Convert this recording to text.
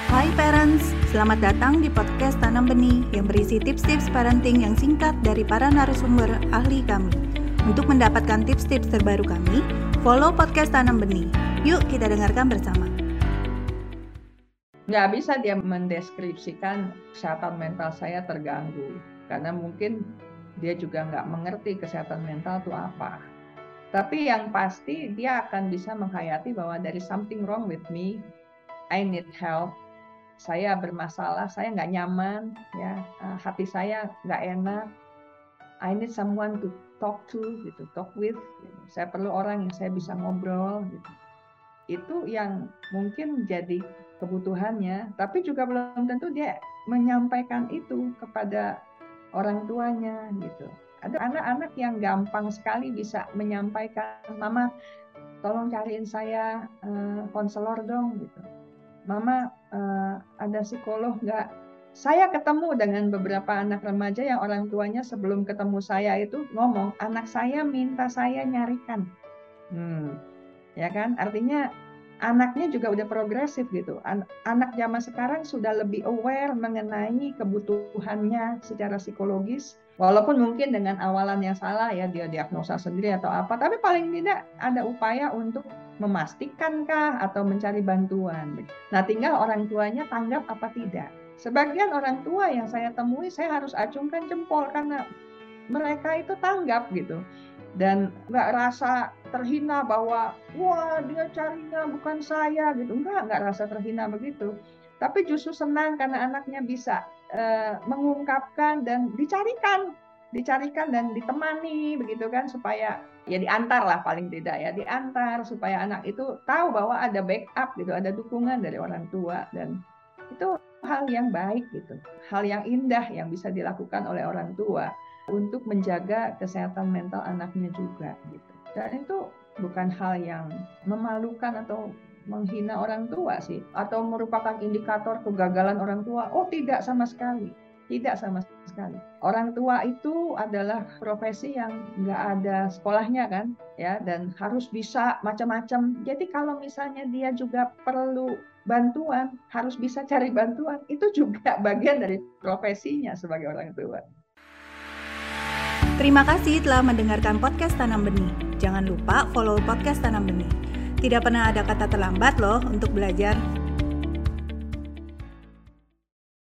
Hai parents, selamat datang di podcast Tanam Benih yang berisi tips-tips parenting yang singkat dari para narasumber ahli kami. Untuk mendapatkan tips-tips terbaru kami, follow podcast Tanam Benih. Yuk kita dengarkan bersama. Nggak bisa dia mendeskripsikan kesehatan mental saya terganggu, karena mungkin dia juga nggak mengerti kesehatan mental itu apa. Tapi yang pasti dia akan bisa menghayati bahwa there is something wrong with me, I need help, saya bermasalah, saya nggak nyaman, ya, hati saya nggak enak, I need someone to talk to, gitu, talk with, gitu. Saya perlu orang yang saya bisa ngobrol, gitu. Itu yang mungkin jadi kebutuhannya, tapi juga belum tentu dia menyampaikan itu kepada orang tuanya, gitu. Ada anak-anak yang gampang sekali bisa menyampaikan, "Mama, tolong cariin saya konselor dong," gitu. "Mama, ada psikolog nggak?" Saya ketemu dengan beberapa anak remaja yang orang tuanya sebelum ketemu saya itu ngomong, "Anak saya minta saya nyarikan." Ya kan? Artinya anaknya juga udah progresif gitu. Anak zaman sekarang sudah lebih aware mengenai kebutuhannya secara psikologis. Walaupun mungkin dengan awalan yang salah ya, dia diagnosa sendiri atau apa. Tapi paling tidak ada upaya untuk memastikankah atau mencari bantuan. Nah, tinggal orang tuanya tanggap apa tidak. Sebagian orang tua yang saya temui, saya harus acungkan jempol karena mereka itu tanggap gitu. Dan nggak rasa terhina bahwa wah dia carinya bukan saya gitu, nggak rasa terhina begitu, tapi justru senang karena anaknya bisa mengungkapkan dan dicarikan dan ditemani begitu kan, supaya ya diantar lah, paling tidak ya diantar supaya anak itu tahu bahwa ada backup gitu, ada dukungan dari orang tua, dan itu hal yang baik gitu, hal yang indah yang bisa dilakukan oleh orang tua untuk menjaga kesehatan mental anaknya juga gitu. Dan itu bukan hal yang memalukan atau menghina orang tua sih, atau merupakan indikator kegagalan orang tua. Oh, tidak sama sekali. Tidak sama sekali. Orang tua itu adalah profesi yang nggak ada sekolahnya kan, ya, dan harus bisa macam-macam. Jadi kalau misalnya dia juga perlu bantuan, harus bisa cari bantuan, itu juga bagian dari profesinya sebagai orang tua. Terima kasih telah mendengarkan podcast Tanam Benih. Jangan lupa follow podcast Tanam Benih. Tidak pernah ada kata terlambat loh untuk belajar.